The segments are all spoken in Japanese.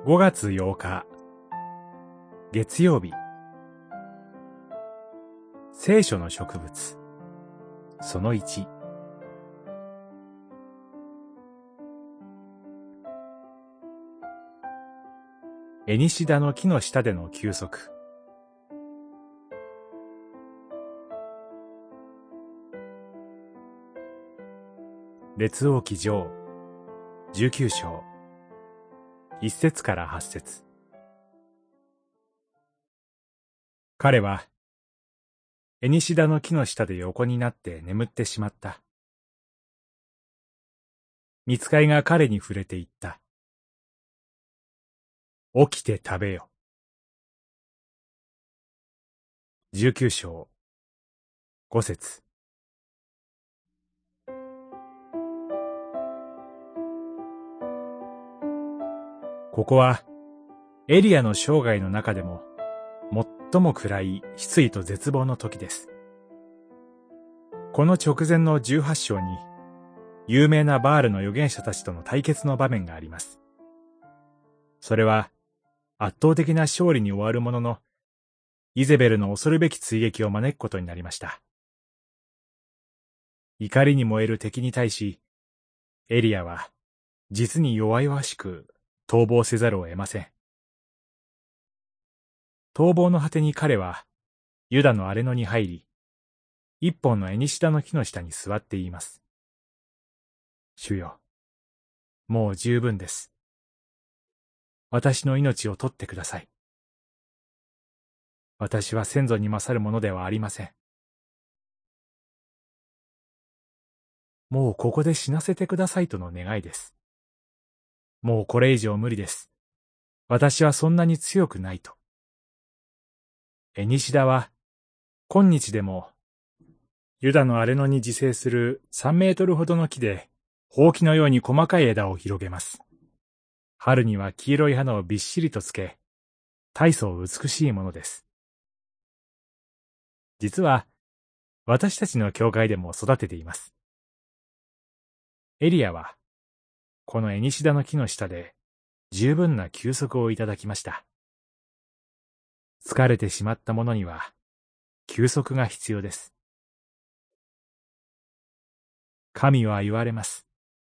5月8日月曜日。聖書の植物その1。エニシダの木の下での休息。列王記上19章1節から8節。彼はエニシダの木の下で横になって眠ってしまった。御使いが彼に触れて言った。起きて食べよ。19章5節。ここはエリアの生涯の中でも最も暗い失意と絶望の時です。この直前の18章に有名なバールの預言者たちとの対決の場面があります。それは圧倒的な勝利に終わるものの、イゼベルの恐るべき追撃を招くことになりました。怒りに燃える敵に対し、エリアは実に弱々しく逃亡せざるを得ません。逃亡の果てに彼はユダの荒れ野に入り、一本のエニシダの木の下に座って言います。主よ、もう十分です。私の命を取ってください。私は先祖に勝るものではありません。もうここで死なせてくださいとの願いです。もうこれ以上無理です。私はそんなに強くないと。エニシダは今日でもユダの荒れ野に自生する3メートルほどの木でほうきのように細かい枝を広げます。春には黄色い花をびっしりとつけ、大層美しいものです。実は私たちの教会でも育てています。エリアはこのエニシダの木の下で十分な休息をいただきました。疲れてしまった者には休息が必要です。神は言われます。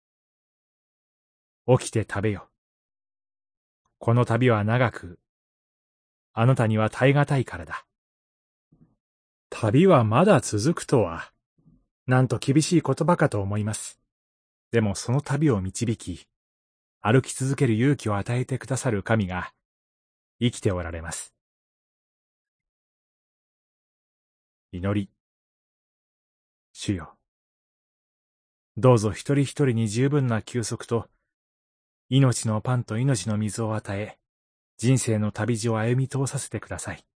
起きて食べよ。この旅は長く、あなたには耐え難いからだ。旅はまだ続くとは、なんと厳しい言葉かと思います。でもその旅を導き、歩き続ける勇気を与えてくださる神が生きておられます。祈り。主よ、どうぞ一人一人に十分な休息と、命のパンと命の水を与え、人生の旅路を歩み通させてください。